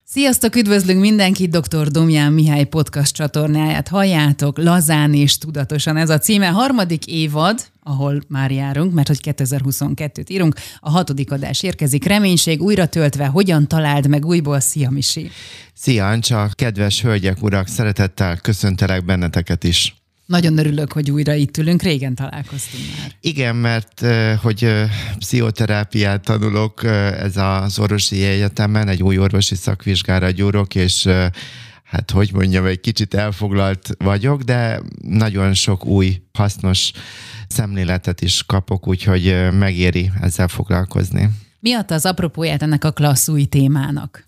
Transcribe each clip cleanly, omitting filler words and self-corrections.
Sziasztok, üdvözlünk mindenkit, Dr. Domján Mihály podcast csatornáját halljátok, lazán és tudatosan ez a címe. Harmadik évad, ahol már járunk, mert hogy 2022-t írunk, a 6. adás érkezik, reménység újra töltve, hogyan találd meg újból? Szia, Misi! Szia, Ancsa! Kedves hölgyek, urak, szeretettel köszöntelek benneteket is. Nagyon örülök, hogy újra itt ülünk, régen találkoztunk már. Igen, mert hogy pszichoterápiát tanulok, ez az orvosi egyetemen, egy új orvosi szakvizsgára gyúrok, és hát hogy mondjam, egy kicsit elfoglalt vagyok, de nagyon sok új, hasznos szemléletet is kapok, úgyhogy megéri ezzel foglalkozni. Mi adta az apropóját ennek a klassz új témának?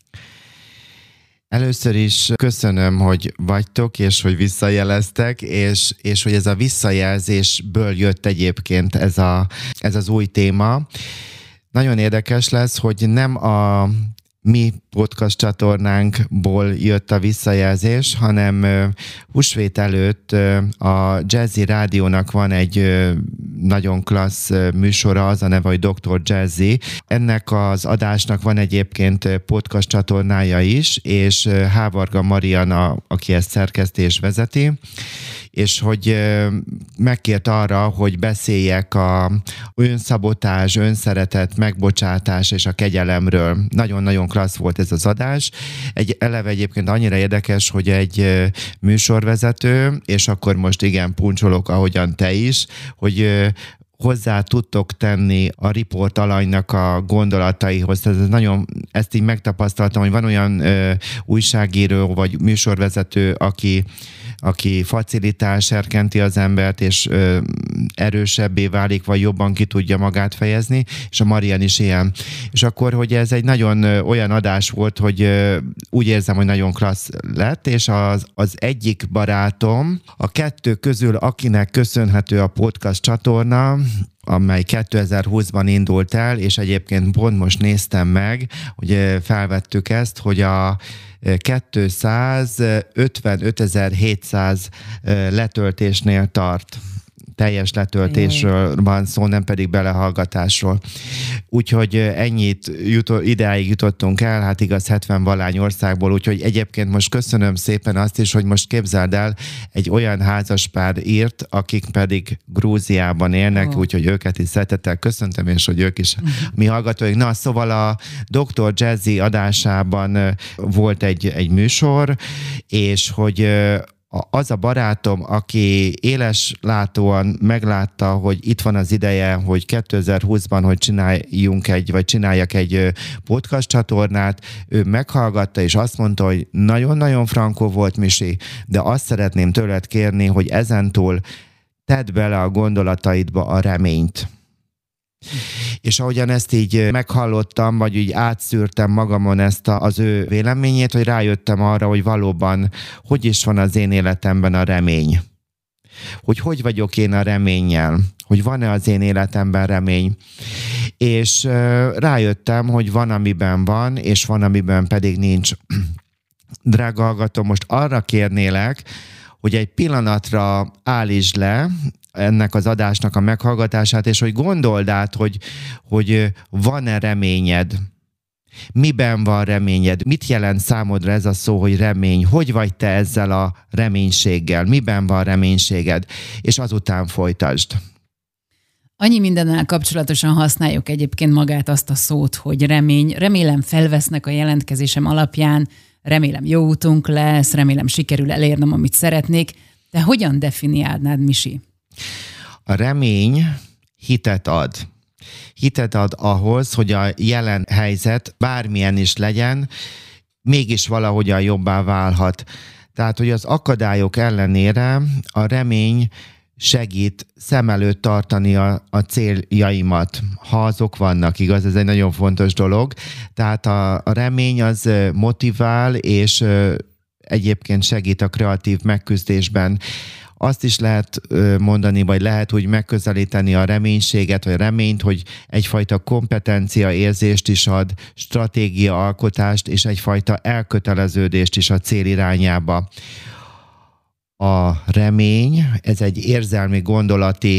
Először is köszönöm, hogy vagytok, és hogy visszajeleztek, és hogy ez a visszajelzésből jött egyébként ez az új téma. Nagyon érdekes lesz, hogy nem a mi podcast csatornánkból jött a visszajelzés, hanem húsvét előtt a Jazzy Rádiónak van egy nagyon klassz műsora, az a neve, hogy Dr. Jazzy. Ennek az adásnak van egyébként podcast csatornája is, és Hávarga Mariana, aki ezt szerkeszti és vezeti, és hogy megkért arra, hogy beszéljek a önszabotázs, önszeretet, megbocsátás és a kegyelemről. Nagyon-nagyon klassz volt ez az adás. Eleve egyébként annyira érdekes, hogy egy műsorvezető, és akkor most igen, puncsolok, ahogyan te is, hogy hozzá tudtok tenni a riport alanynak a gondolataihoz. Tehát ezt így megtapasztaltam, hogy van olyan újságíró vagy műsorvezető, aki facilitál, serkenti az embert, és erősebbé válik, vagy jobban ki tudja magát fejezni, és a Marian is ilyen. És akkor, hogy ez egy nagyon olyan adás volt, hogy úgy érzem, hogy nagyon klassz lett, és az egyik barátom, a kettő közül, akinek köszönhető a podcast csatorna, amely 2020-ban indult el, és egyébként pont most néztem meg, hogy felvettük ezt, hogy a 255.700 letöltésnél tart. Teljes letöltésről van szó, nem pedig belehallgatásról. Úgyhogy ideig jutottunk el, hát igaz 70-valány országból, úgyhogy egyébként most köszönöm szépen azt is, hogy most képzeld el, egy olyan házaspár írt, akik pedig Grúziában élnek, úgyhogy őket is szeretettel köszöntöm, és hogy ők is mi hallgatóink. Na, szóval a Dr. Jazzy adásában volt egy műsor, és hogy az a barátom, aki éleslátóan meglátta, hogy itt van az ideje, hogy 2020-ban, hogy csináljak egy podcast csatornát, ő meghallgatta, és azt mondta, hogy nagyon-nagyon frankó volt, Misi, de azt szeretném tőled kérni, hogy ezentúl tedd bele a gondolataidba a reményt. És ahogyan ezt így meghallottam, vagy így átszűrtem magamon ezt az ő véleményét, hogy rájöttem arra, hogy valóban hogy is van az én életemben a remény. Hogy vagyok én a reménnyel, hogy van-e az én életemben remény. És rájöttem, hogy van, amiben van, és van, amiben pedig nincs. Drága hallgató, most arra kérnélek, hogy egy pillanatra állítsd le ennek az adásnak a meghallgatását, és hogy gondold át, hogy van-e reményed. Miben van reményed? Mit jelent számodra ez a szó, hogy remény? Hogy vagy te ezzel a reménységgel? Miben van reménységed? És azután folytasd. Annyi mindennel kapcsolatosan használjuk egyébként magát azt a szót, hogy remény. Remélem felvesznek a jelentkezésem alapján, remélem jó útunk lesz, remélem sikerül elérnem, amit szeretnék. De hogyan definiálnád, Misi? A remény hitet ad. Hitet ad ahhoz, hogy a jelen helyzet bármilyen is legyen, mégis valahogyan jobbá válhat. Tehát, hogy az akadályok ellenére a remény segít szem előtt tartani a céljaimat, ha azok vannak, igaz? Ez egy nagyon fontos dolog. Tehát a remény az motivál, és egyébként segít a kreatív megküzdésben. Azt is lehet mondani, vagy lehet úgy megközelíteni a reménységet, vagy reményt, hogy egyfajta kompetencia érzést is ad, stratégiaalkotást, és egyfajta elköteleződést is a cél irányába. A remény, ez egy érzelmi, gondolati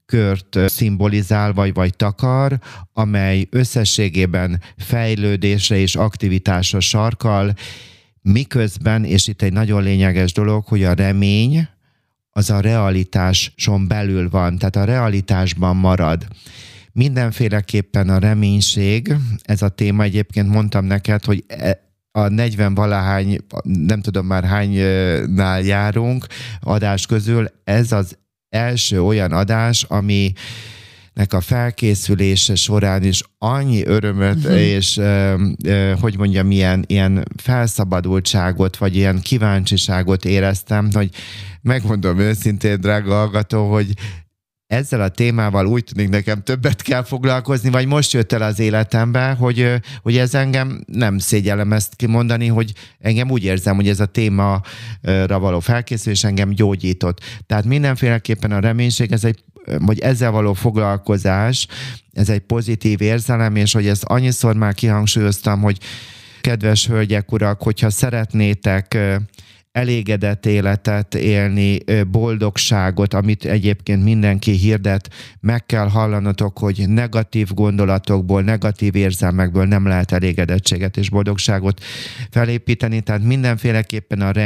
kört szimbolizál, vagy takar, amely összességében fejlődésre és aktivitásra sarkal, miközben, és itt egy nagyon lényeges dolog, hogy a remény az a realitáson belül van, tehát a realitásban marad. Mindenféleképpen a reménység, ez a téma, egyébként mondtam neked, hogy a 40-valahány, nem tudom már hánynál járunk adás közül, ez az első olyan adás, aminek a felkészülése során is annyi örömöt és hogy mondjam, ilyen felszabadultságot, vagy ilyen kíváncsiságot éreztem, hogy megmondom őszintén, drága hallgató, hogy ezzel a témával úgy tűnik nekem többet kell foglalkozni, vagy most jött el az életembe, hogy ez engem nem szégyellem ezt kimondani, hogy engem úgy érzem, hogy ez a témára való felkészülés engem gyógyított. Tehát mindenféleképpen a reménység, vagy ezzel való foglalkozás, ez egy pozitív érzelem, és hogy ezt annyiszor már kihangsúlyoztam, hogy kedves hölgyek, urak, hogyha szeretnétek elégedett életet élni, boldogságot, amit egyébként mindenki hirdet, meg kell hallanotok, hogy negatív gondolatokból, negatív érzelmekből nem lehet elégedettséget és boldogságot felépíteni, tehát mindenféleképpen a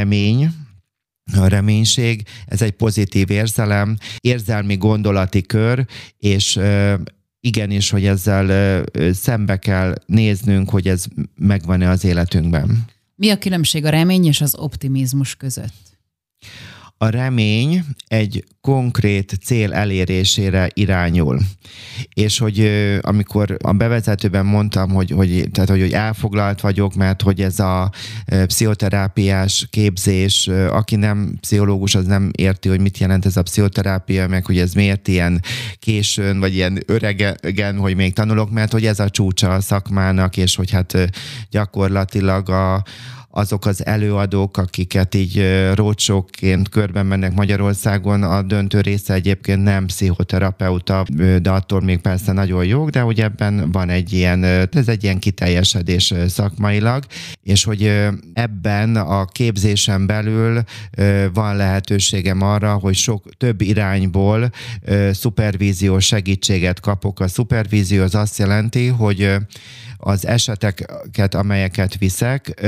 reménység, ez egy pozitív érzelem, érzelmi gondolati kör, és igenis, hogy ezzel szembe kell néznünk, hogy ez megvan-e az életünkben. Mi a különbség a remény és az optimizmus között? A remény egy konkrét cél elérésére irányul. És hogy amikor a bevezetőben mondtam, hogy elfoglalt vagyok, mert hogy ez a pszichoterápiás képzés, aki nem pszichológus, az nem érti, hogy mit jelent ez a pszichoterápia, meg hogy ez miért ilyen későn, vagy ilyen öregen, hogy még tanulok, mert hogy ez a csúcsa a szakmának, és hogy hát gyakorlatilag azok az előadók, akiket így roadshow-ként körben mennek Magyarországon, a döntő része egyébként nem pszichoterapeuta, de attól még persze nagyon jók, de hogy ebben van ez egy ilyen kiteljesedés szakmailag, és hogy ebben a képzésen belül van lehetőségem arra, hogy több irányból szupervíziós segítséget kapok. A szupervízió az azt jelenti, hogy az eseteket, amelyeket viszek,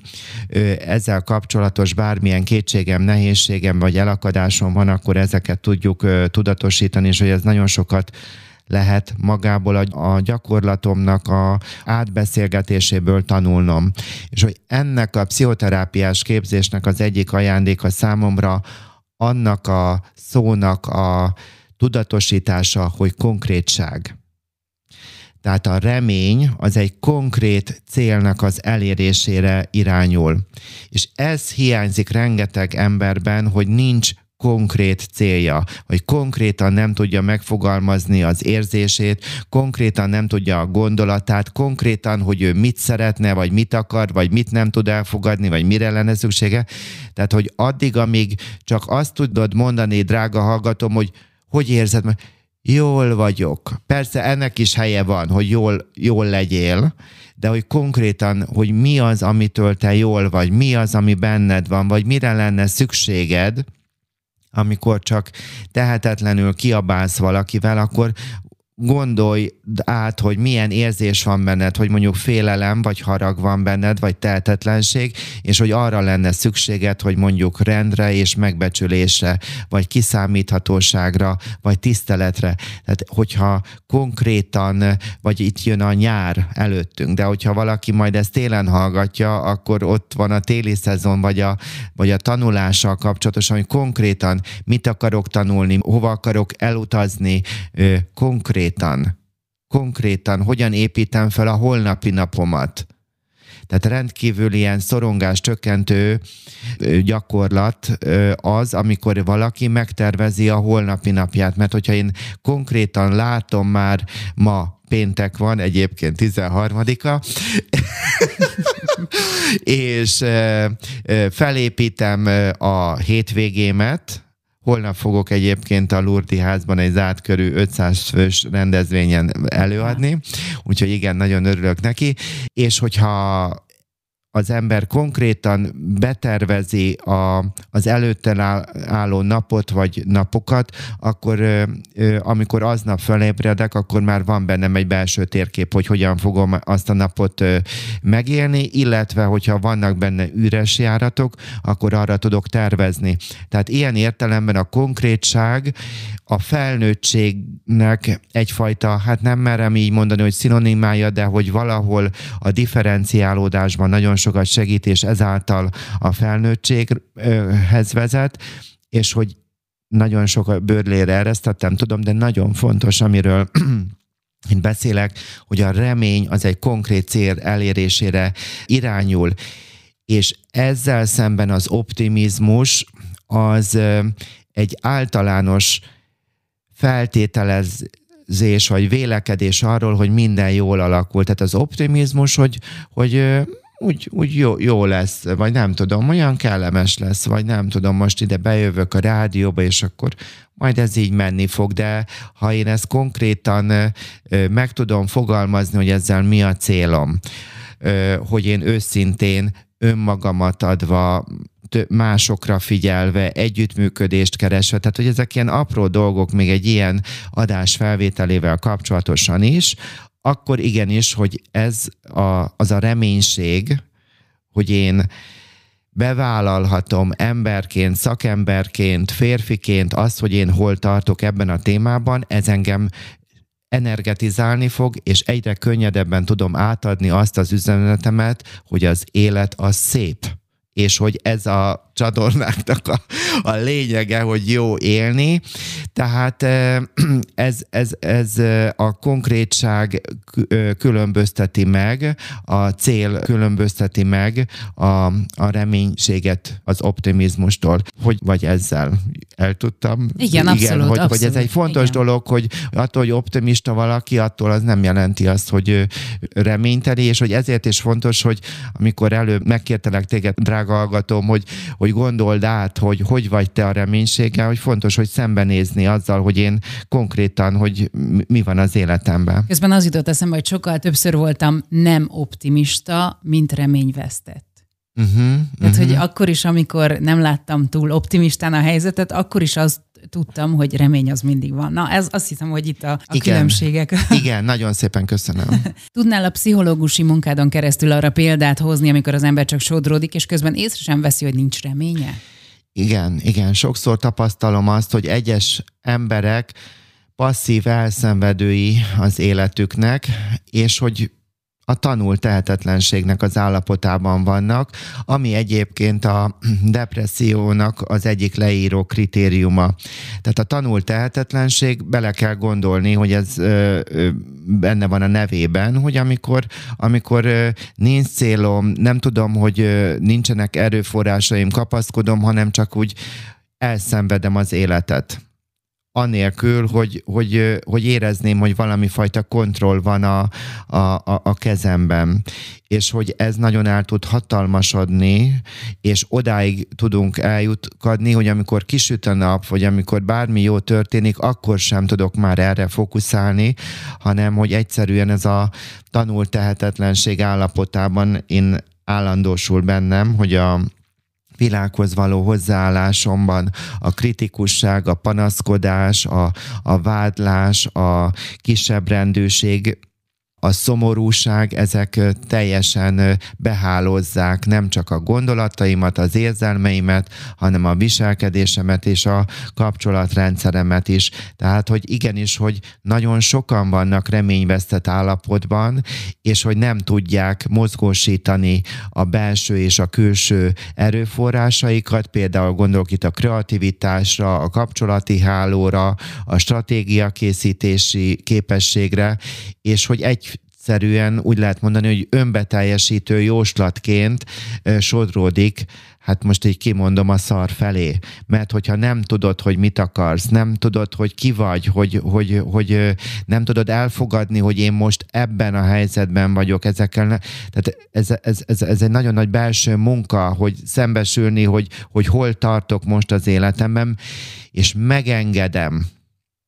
ezzel kapcsolatos bármilyen kétségem, nehézségem vagy elakadásom van, akkor ezeket tudjuk tudatosítani, és hogy ez nagyon sokat lehet magából a gyakorlatomnak a átbeszélgetéséből tanulnom. És hogy ennek a pszichoterápiás képzésnek az egyik ajándéka számomra annak a szónak a tudatosítása, hogy konkrétság. Tehát a remény az egy konkrét célnak az elérésére irányul. És ez hiányzik rengeteg emberben, hogy nincs konkrét célja, hogy konkrétan nem tudja megfogalmazni az érzését, konkrétan nem tudja a gondolatát, konkrétan, hogy ő mit szeretne, vagy mit akar, vagy mit nem tud elfogadni, vagy mire lenne szüksége. Tehát, hogy addig, amíg csak azt tudod mondani, drága hallgatom, hogy érzed, jól vagyok. Persze ennek is helye van, hogy jól legyél, de hogy konkrétan, hogy mi az, amitől te jól vagy, mi az, ami benned van, vagy mire lenne szükséged, amikor csak tehetetlenül kiabálsz valakivel, akkor gondolj át, hogy milyen érzés van benned, hogy mondjuk félelem, vagy harag van benned, vagy tehetetlenség, és hogy arra lenne szükséged, hogy mondjuk rendre és megbecsülésre, vagy kiszámíthatóságra, vagy tiszteletre. Tehát, hogyha konkrétan, vagy itt jön a nyár előttünk, de hogyha valaki majd ezt télen hallgatja, akkor ott van a téli szezon, vagy a tanulással kapcsolatosan, hogy konkrétan mit akarok tanulni, hova akarok elutazni, konkrétan hogyan építem fel a holnapi napomat. Tehát rendkívül ilyen szorongás csökkentő gyakorlat az, amikor valaki megtervezi a holnapi napját, mert hogyha én konkrétan látom már ma, péntek van, egyébként 13-a, és felépítem a hétvégémet. Holnap fogok egyébként a Lourdes házban egy zárt körű 500 fős rendezvényen előadni, úgyhogy igen, nagyon örülök neki. És hogyha az ember konkrétan betervezi az előtte álló napot vagy napokat, akkor amikor aznap fölébredek, akkor már van bennem egy belső térkép, hogy hogyan fogom azt a napot megélni, illetve hogyha vannak benne üres járatok, akkor arra tudok tervezni. Tehát ilyen értelemben a konkrétság a felnőttségnek egyfajta, hát nem merem így mondani, hogy szinonimája, de hogy valahol a differenciálódásban nagyon sokat segít, és ezáltal a felnőttséghez vezet, és hogy nagyon sok bőrlére eresztettem, tudom, de nagyon fontos, amiről én beszélek, hogy a remény az egy konkrét cél elérésére irányul, és ezzel szemben az optimizmus az egy általános feltételezés vagy vélekedés arról, hogy minden jól alakul. Tehát az optimizmus, hogy úgy jó lesz, vagy nem tudom, olyan kellemes lesz, vagy nem tudom, most ide bejövök a rádióba, és akkor majd ez így menni fog, de ha én ezt konkrétan meg tudom fogalmazni, hogy ezzel mi a célom, hogy én őszintén önmagamat adva, másokra figyelve, együttműködést keresve, tehát hogy ezek ilyen apró dolgok még egy ilyen adás felvételével kapcsolatosan is, akkor igenis, hogy ez az a reménység, hogy én bevállalhatom emberként, szakemberként, férfiként azt, hogy én hol tartok ebben a témában, ez engem energetizálni fog, és egyre könnyedebben tudom átadni azt az üzenetemet, hogy az élet az szép. És hogy ez a csatornáknak a lényege, hogy jó élni. Tehát ez a konkrétság különbözteti meg, a cél különbözteti meg a reménységet az optimizmustól. Vagy ezzel el tudtam? Igen, abszolút. Hogy ez egy fontos dolog, hogy attól, hogy optimista valaki, attól az nem jelenti azt, hogy reményteli, és hogy ezért is fontos, hogy amikor előbb megkértelek téged, drága hallgatóm, hogy gondold át, hogy vagy te a reménységgel, hogy fontos, hogy szembenézni azzal, hogy én konkrétan, hogy mi van az életemben. Közben az jutott eszembe, hogy sokkal többször voltam nem optimista, mint reményvesztett. Tehát, hogy akkor is, amikor nem láttam túl optimistán a helyzetet, akkor is azt tudtam, hogy remény az mindig van. Na, ez azt hiszem, hogy itt a különbségek. Igen, nagyon szépen köszönöm. Tudnál a pszichológusi munkádon keresztül arra példát hozni, amikor az ember csak sodródik, és közben észre sem veszi, hogy nincs reménye? Igen. Sokszor tapasztalom azt, hogy egyes emberek passzív elszenvedői az életüknek, és hogy a tanult tehetetlenségnek az állapotában vannak, ami egyébként a depressziónak az egyik leíró kritériuma. Tehát a tanult tehetetlenség, bele kell gondolni, hogy ez benne van a nevében, hogy amikor nincs célom, nem tudom, hogy nincsenek erőforrásaim, kapaszkodom, hanem csak úgy elszenvedem az életet. Anélkül, hogy érezném, hogy valami fajta kontroll van a kezemben. És hogy ez nagyon el tud hatalmasodni, és odáig tudunk eljutkadni, hogy amikor kisüt a nap, vagy amikor bármi jó történik, akkor sem tudok már erre fókuszálni, hanem hogy egyszerűen ez a tanult tehetetlenség állapotában én állandósul bennem, hogy a világhoz való hozzáállásomban a kritikusság, a panaszkodás, a vádlás, a kisebbrendűség, a szomorúság, ezek teljesen behálózzák nem csak a gondolataimat, az érzelmeimet, hanem a viselkedésemet és a kapcsolatrendszeremet is. Tehát, hogy igenis, hogy nagyon sokan vannak reményvesztett állapotban, és hogy nem tudják mozgósítani a belső és a külső erőforrásaikat, például gondolok itt a kreativitásra, a kapcsolati hálóra, a stratégiakészítési képességre, és hogy egyszerűen úgy lehet mondani, hogy önbeteljesítő jóslatként sodródik, hát most így kimondom, a szar felé. Mert hogyha nem tudod, hogy mit akarsz, nem tudod, hogy ki vagy, hogy nem tudod elfogadni, hogy én most ebben a helyzetben vagyok ezekkel. Tehát ez egy nagyon nagy belső munka, hogy szembesülni, hogy hol tartok most az életemben, és megengedem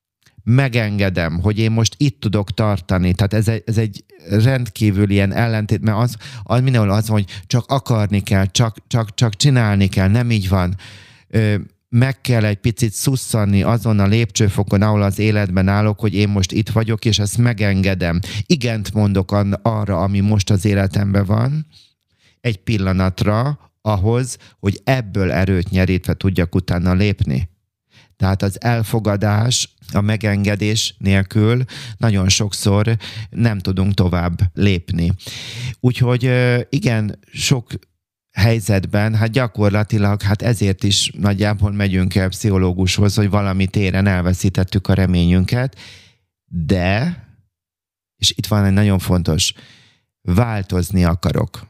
megengedem, hogy én most itt tudok tartani. Tehát ez egy rendkívül ilyen ellentét, mert az mindenhol az van, hogy csak akarni kell, csak csinálni kell, nem így van. Meg kell egy picit szusszanni azon a lépcsőfokon, ahol az életben állok, hogy én most itt vagyok, és ezt megengedem. Igent mondok arra, ami most az életemben van, egy pillanatra ahhoz, hogy ebből erőt nyerítve tudjak utána lépni. Tehát az elfogadás, a megengedés nélkül nagyon sokszor nem tudunk tovább lépni. Úgyhogy igen, sok helyzetben, hát gyakorlatilag, hát ezért is nagyjából megyünk el pszichológushoz, hogy valami téren elveszítettük a reményünket, de, és itt van egy nagyon fontos, változni akarok.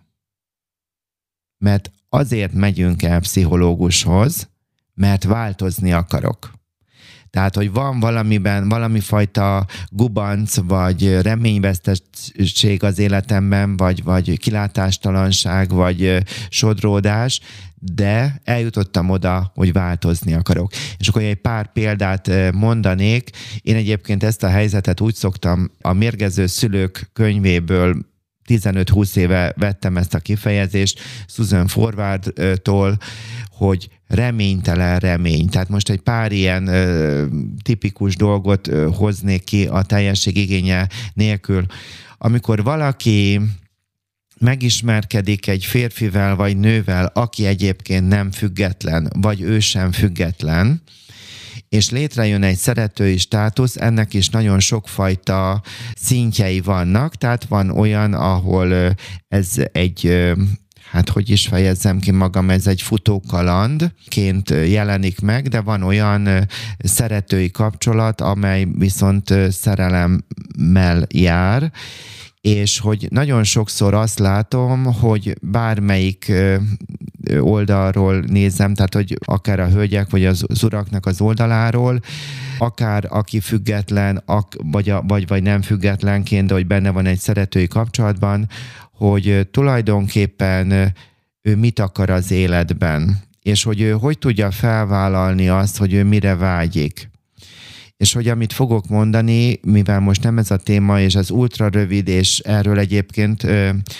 Mert azért megyünk el pszichológushoz, mert változni akarok. Tehát, hogy van valamiben valamifajta gubanc, vagy reményvesztettség az életemben, vagy kilátástalanság, vagy sodródás, de eljutottam oda, hogy változni akarok. És akkor egy pár példát mondanék. Én egyébként ezt a helyzetet úgy szoktam, a Mérgező szülők könyvéből 15-20 éve vettem ezt a kifejezést Susan Forwardtól, hogy reménytelen remény. Tehát most egy pár ilyen tipikus dolgot hoznék ki a teljesség igénye nélkül. Amikor valaki megismerkedik egy férfivel vagy nővel, aki egyébként nem független, vagy ő sem független, és létrejön egy szeretői státusz, ennek is nagyon sokfajta szintjei vannak, tehát van olyan, ahol ez egy, hát hogy is fejezzem ki magam, ez egy futókalandként jelenik meg, de van olyan szeretői kapcsolat, amely viszont szerelemmel jár, és hogy nagyon sokszor azt látom, hogy bármelyik oldalról nézem, tehát hogy akár a hölgyek, vagy az uraknak az oldaláról, akár aki független, vagy nem függetlenként, de hogy benne van egy szeretői kapcsolatban, hogy tulajdonképpen ő mit akar az életben, és hogy ő hogy tudja felvállalni azt, hogy ő mire vágyik. És hogy amit fogok mondani, mivel most nem ez a téma, és az ultra rövid, és erről egyébként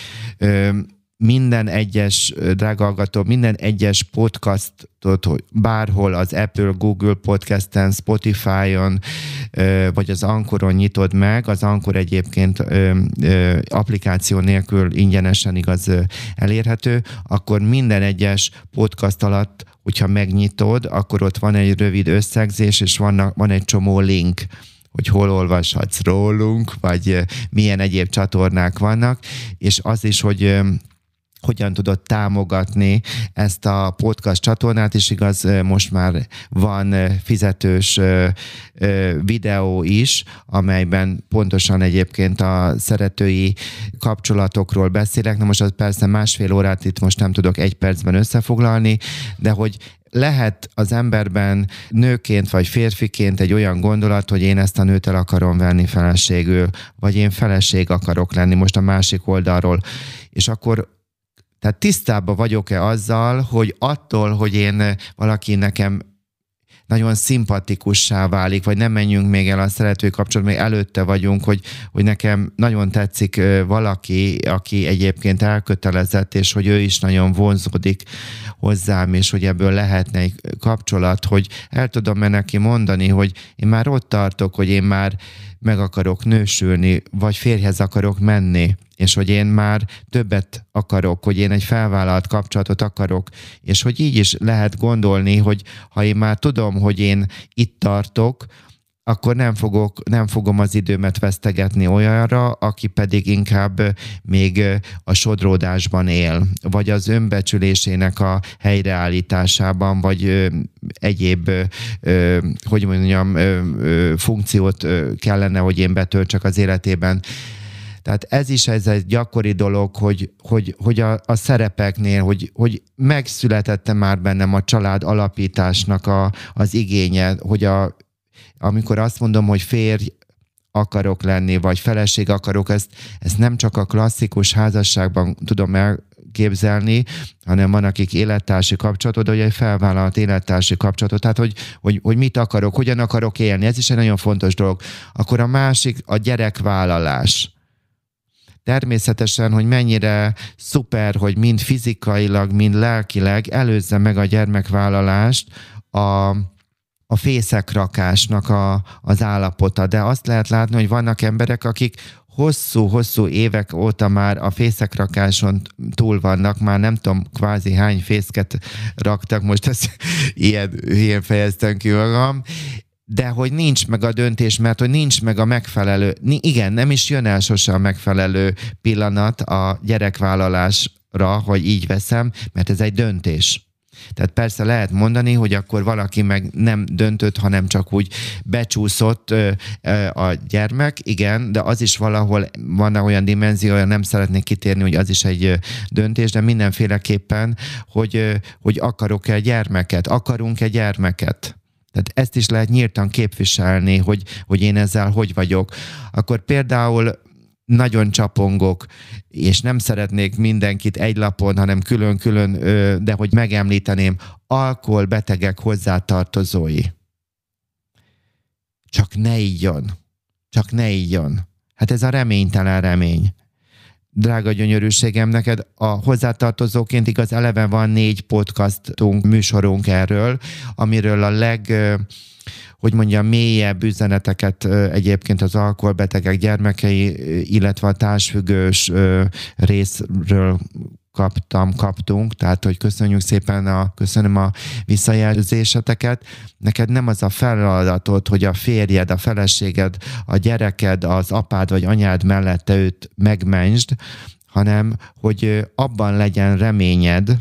minden egyes, drága hallgató, minden egyes podcastot, bárhol az Apple, Google Podcasten, Spotify-on, vagy az Anchoron nyitod meg, az Anchor egyébként applikáció nélkül ingyenesen igaz elérhető, akkor minden egyes podcast alatt, hogyha megnyitod, akkor ott van egy rövid összegzés, és van egy csomó link, hogy hol olvashatsz rólunk, vagy milyen egyéb csatornák vannak, és az is, hogy hogyan tudod támogatni ezt a podcast csatornát, és igaz, most már van fizetős videó is, amelyben pontosan egyébként a szeretői kapcsolatokról beszélek. Na most az persze 1,5 órát itt most nem tudok 1 percben összefoglalni, de hogy lehet az emberben nőként vagy férfiként egy olyan gondolat, hogy én ezt a nőt el akarom venni feleségül, vagy én feleség akarok lenni most a másik oldalról. És akkor tehát tisztában vagyok-e azzal, hogy attól, hogy én valaki nekem nagyon szimpatikussá válik, vagy nem menjünk még el a szeretői kapcsolatban, még előtte vagyunk, hogy nekem nagyon tetszik valaki, aki egyébként elkötelezett, és hogy ő is nagyon vonzódik hozzám, és hogy ebből lehetne egy kapcsolat, hogy el tudom-e neki mondani, hogy én már ott tartok, hogy én már meg akarok nősülni, vagy férjhez akarok menni, és hogy én már többet akarok, hogy én egy felvállalt kapcsolatot akarok, és hogy így is lehet gondolni, hogy ha én már tudom, hogy én itt tartok, akkor nem fogom az időmet vesztegetni olyanra, aki pedig inkább még a sodródásban él, vagy az önbecsülésének a helyreállításában, vagy egyéb, hogy mondjam, funkciót kellene, hogy én betöltsek az életében. Tehát ez egy gyakori dolog, hogy a szerepeknél, hogy megszületette már bennem a család alapításnak az igénye, hogy amikor azt mondom, hogy férj akarok lenni, vagy feleség akarok, ezt nem csak a klasszikus házasságban tudom képzelni, hanem van, akik élettársi kapcsolatot, de egy felvállalt élettársi kapcsolatot, tehát hogy mit akarok, hogyan akarok élni, ez is egy nagyon fontos dolog. Akkor a másik a gyerekvállalás. Természetesen, hogy mennyire szuper, hogy mind fizikailag, mind lelkileg előzze meg a gyermekvállalást a fészekrakásnak az állapota. De azt lehet látni, hogy vannak emberek, akik hosszú-hosszú évek óta már a fészekrakáson túl vannak, már nem tudom kvázi hány fészket raktak, most ezt ilyen fejeztem ki magam, de hogy nincs meg a döntés, mert hogy nincs meg a megfelelő, igen, nem is jön el sose a megfelelő pillanat a gyerekvállalásra, hogy így veszem, mert ez egy döntés. Tehát persze lehet mondani, hogy akkor valaki meg nem döntött, hanem csak úgy becsúszott a gyermek, igen, de az is valahol van olyan dimenziója, nem szeretnék kitérni, hogy az is egy döntés, de mindenféleképpen, hogy akarok-e gyermeket, akarunk-e gyermeket. Tehát ezt is lehet nyíltan képviselni, hogy én ezzel hogy vagyok. Akkor például nagyon csapongok, és nem szeretnék mindenkit egy lapon, hanem külön-külön, de hogy megemlíteném, alkoholbetegek hozzátartozói. Csak ne igyon. Csak ne igyon. Hát ez a reménytelen remény. Drága gyönyörűségem, neked a hozzátartozóként igaz, eleve van 4 podcastunk, műsorunk erről, amiről a mélyebb üzeneteket egyébként az alkoholbetegek gyermekei, illetve a társfüggős részről kaptunk, tehát hogy köszönjük szépen, köszönöm a visszajelzéseteket. Neked nem az a feladatod, hogy a férjed, a feleséged, a gyereked, az apád vagy anyád mellette őt megmentsd, hanem hogy abban legyen reményed,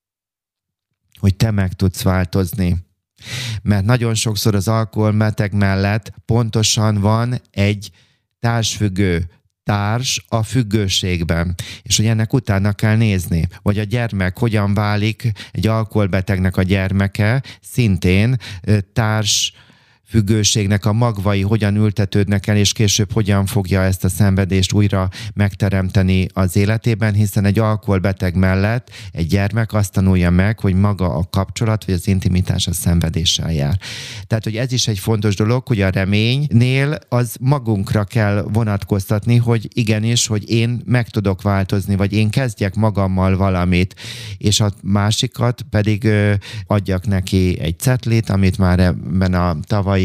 hogy te meg tudsz változni. Mert nagyon sokszor az alkoholbeteg mellett pontosan van egy társfüggő társ a függőségben, és hogy ennek utána kell nézni, vagy a gyermek hogyan válik egy alkoholbetegnek a gyermeke, szintén társ függőségnek a magvai hogyan ültetődnek el, és később hogyan fogja ezt a szenvedést újra megteremteni az életében, hiszen egy alkoholbeteg mellett egy gyermek azt tanulja meg, hogy maga a kapcsolat, vagy az intimitás a szenvedéssel jár. Tehát, hogy ez is egy fontos dolog, hogy a reménynél az magunkra kell vonatkoztatni, hogy igenis, hogy én meg tudok változni, vagy én kezdjek magammal valamit, és a másikat pedig adjak neki egy cetlit, amit már ebben a tavalyi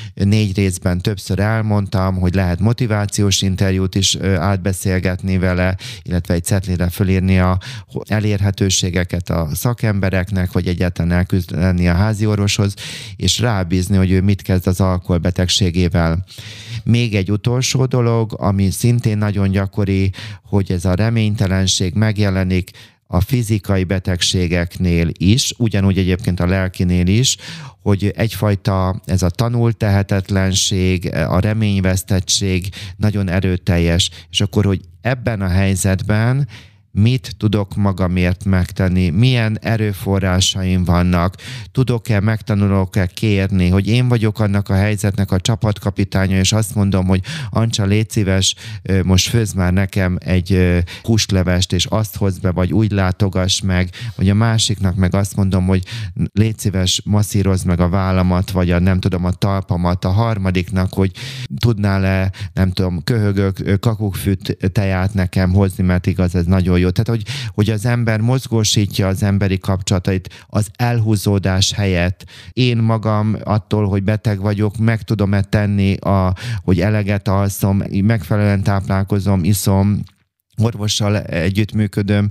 4 részben többször elmondtam, hogy lehet motivációs interjút is átbeszélgetni vele, illetve egy cetlire fölírni a elérhetőségeket a szakembereknek, vagy egyáltalán elküzdeni a háziorvoshoz, és rábízni, hogy ő mit kezd az alkoholbetegségével. Még egy utolsó dolog, ami szintén nagyon gyakori, hogy ez a reménytelenség megjelenik a fizikai betegségeknél is, ugyanúgy egyébként a lelkinél is, hogy egyfajta ez a tanult tehetetlenség, a reményvesztettség nagyon erőteljes, és akkor, hogy ebben a helyzetben mit tudok magamért megtenni, milyen erőforrásaim vannak, tudok-e, megtanulok-e kérni, hogy én vagyok annak a helyzetnek a csapatkapitánya, és azt mondom, hogy Ancsa, légy szíves, most főzz már nekem egy húslevest, és azt hozz be, vagy úgy látogass meg, vagy a másiknak meg azt mondom, hogy légy szíves, masszírozd meg a vállamat, vagy a talpamat, a harmadiknak, hogy tudnál-e, köhögök, kakukkfűt teját nekem hozni, mert igaz, ez nagyon jó. Tehát, hogy az ember mozgósítja az emberi kapcsolatait az elhúzódás helyett. Én magam attól, hogy beteg vagyok, meg tudom-e tenni, hogy eleget alszom, megfelelően táplálkozom, iszom, orvossal együttműködöm,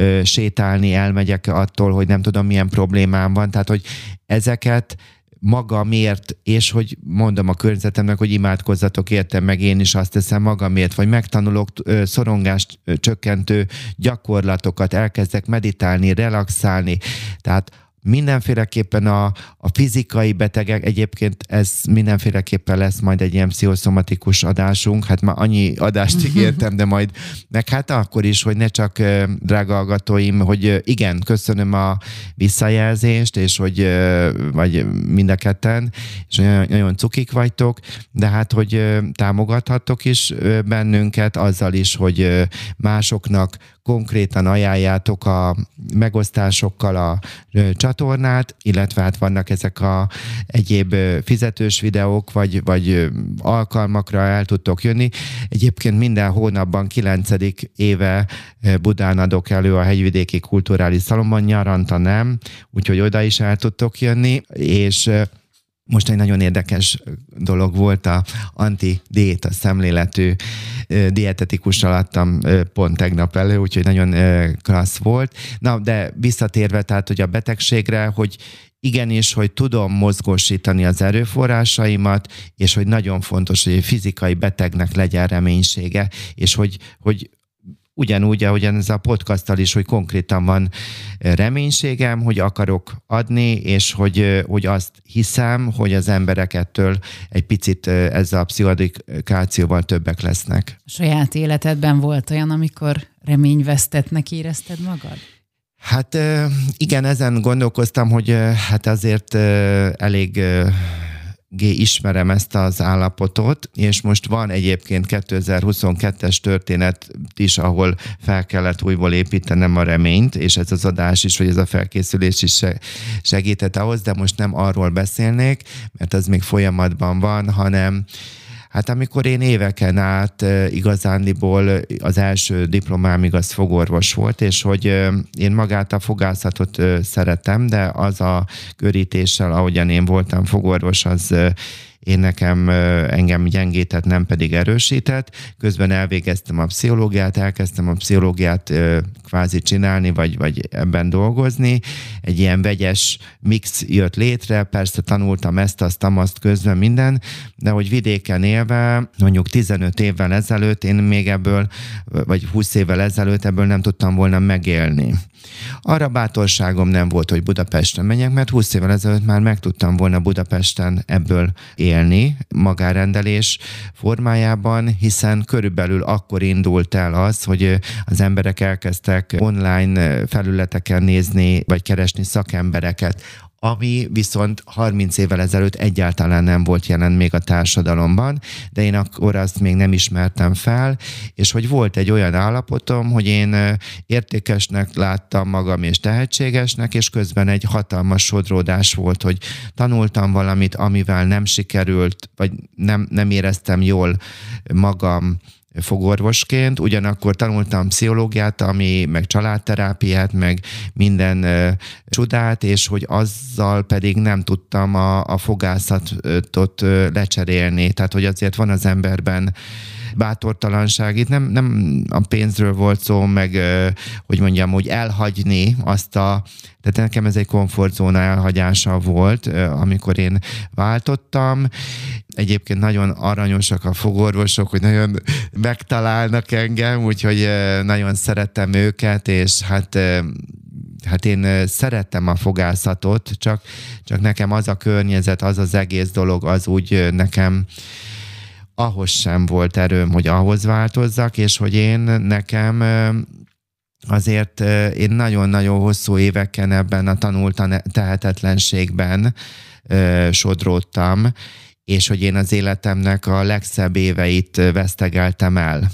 sétálni elmegyek attól, hogy nem tudom, milyen problémám van. Tehát, hogy ezeket magamért, és hogy mondom a környezetemnek, hogy imádkozzatok értem, meg én is azt teszem magamért, vagy megtanulok szorongást csökkentő gyakorlatokat, elkezdek meditálni, relaxálni. Tehát mindenféleképpen a fizikai betegek, egyébként ez mindenféleképpen lesz majd egy ilyen pszichoszomatikus adásunk, hát már annyi adást ígértem, de majd meg hát akkor is, hogy ne csak, drága hallgatóim, hogy igen, köszönöm a visszajelzést, és hogy vagy mind a ketten, és nagyon cukik vagytok, de hát, hogy támogathattok is bennünket azzal is, hogy másoknak konkrétan ajánljátok a megosztásokkal a csatornát, illetve hát vannak ezek a egyéb fizetős videók, vagy alkalmakra el tudtok jönni. Egyébként minden hónapban 9. éve Budán adok elő a Hegyvidéki Kulturális Szalonban, nyaranta nem, úgyhogy oda is el tudtok jönni, és most egy nagyon érdekes dolog volt, a anti-diéta szemléletű dietetikussal adtam pont tegnap elő, úgyhogy nagyon klassz volt. Na, de visszatérve tehát, hogy a betegségre, hogy igenis, hogy tudom mozgósítani az erőforrásaimat, és hogy nagyon fontos, hogy egy fizikai betegnek legyen reménysége, és hogy ugyanúgy, ahogyan ez a podcasttal is, hogy konkrétan van reménységem, hogy akarok adni, és hogy azt hiszem, hogy az emberek ettől egy picit ezzel a pszichoedukációval többek lesznek. A saját életedben volt olyan, amikor reményvesztettnek érezted magad? Hát igen, ezen gondolkoztam, hogy hát azért elég ismerem ezt az állapotot, és most van egyébként 2022-es történet is, ahol fel kellett újból építenem a reményt, és ez az adás is, vagy ez a felkészülés is segített ahhoz, de most nem arról beszélnék, mert az még folyamatban van, hanem hát amikor én éveken át igazándiból az első diplomám az fogorvos volt, és hogy én magát a fogászatot szeretem, de az a körítéssel, ahogyan én voltam fogorvos, az engem gyengített, nem pedig erősített. Közben elvégeztem a pszichológiát, elkezdtem a pszichológiát kvázi csinálni, vagy ebben dolgozni. Egy ilyen vegyes mix jött létre, persze tanultam ezt közben minden, de hogy vidéken élve, mondjuk 15 évvel ezelőtt, én még ebből, vagy 20 évvel ezelőtt ebből nem tudtam volna megélni. Arra bátorságom nem volt, hogy Budapesten menjek, mert 20 évvel ezelőtt már meg tudtam volna Budapesten ebből élni, magárendelés formájában, hiszen körülbelül akkor indult el az, hogy az emberek elkezdtek online felületeken nézni, vagy keresni szakembereket, ami viszont 30 évvel ezelőtt egyáltalán nem volt jelen még a társadalomban, de én akkor azt még nem ismertem fel, és hogy volt egy olyan állapotom, hogy én értékesnek láttam magam és tehetségesnek, és közben egy hatalmas sodródás volt, hogy tanultam valamit, amivel nem sikerült, vagy nem éreztem jól magam fogorvosként, ugyanakkor tanultam pszichológiát, meg családterápiát, meg minden csodát, és hogy azzal pedig nem tudtam a fogászatot lecserélni. Tehát, hogy azért van az emberben bátortalanság. Itt nem a pénzről volt szó, meg hogy mondjam, hogy elhagyni tehát nekem ez egy komfortzóna elhagyása volt, amikor én váltottam. Egyébként nagyon aranyosak a fogorvosok, hogy nagyon megtalálnak engem, úgyhogy nagyon szeretem őket, és hát én szerettem a fogászatot, csak nekem az a környezet, az az egész dolog, az úgy nekem ahhoz sem volt erőm, hogy ahhoz változzak, és hogy nekem azért én nagyon-nagyon hosszú éveken ebben a tanult tehetetlenségben sodródtam, és hogy én az életemnek a legszebb éveit vesztegeltem el.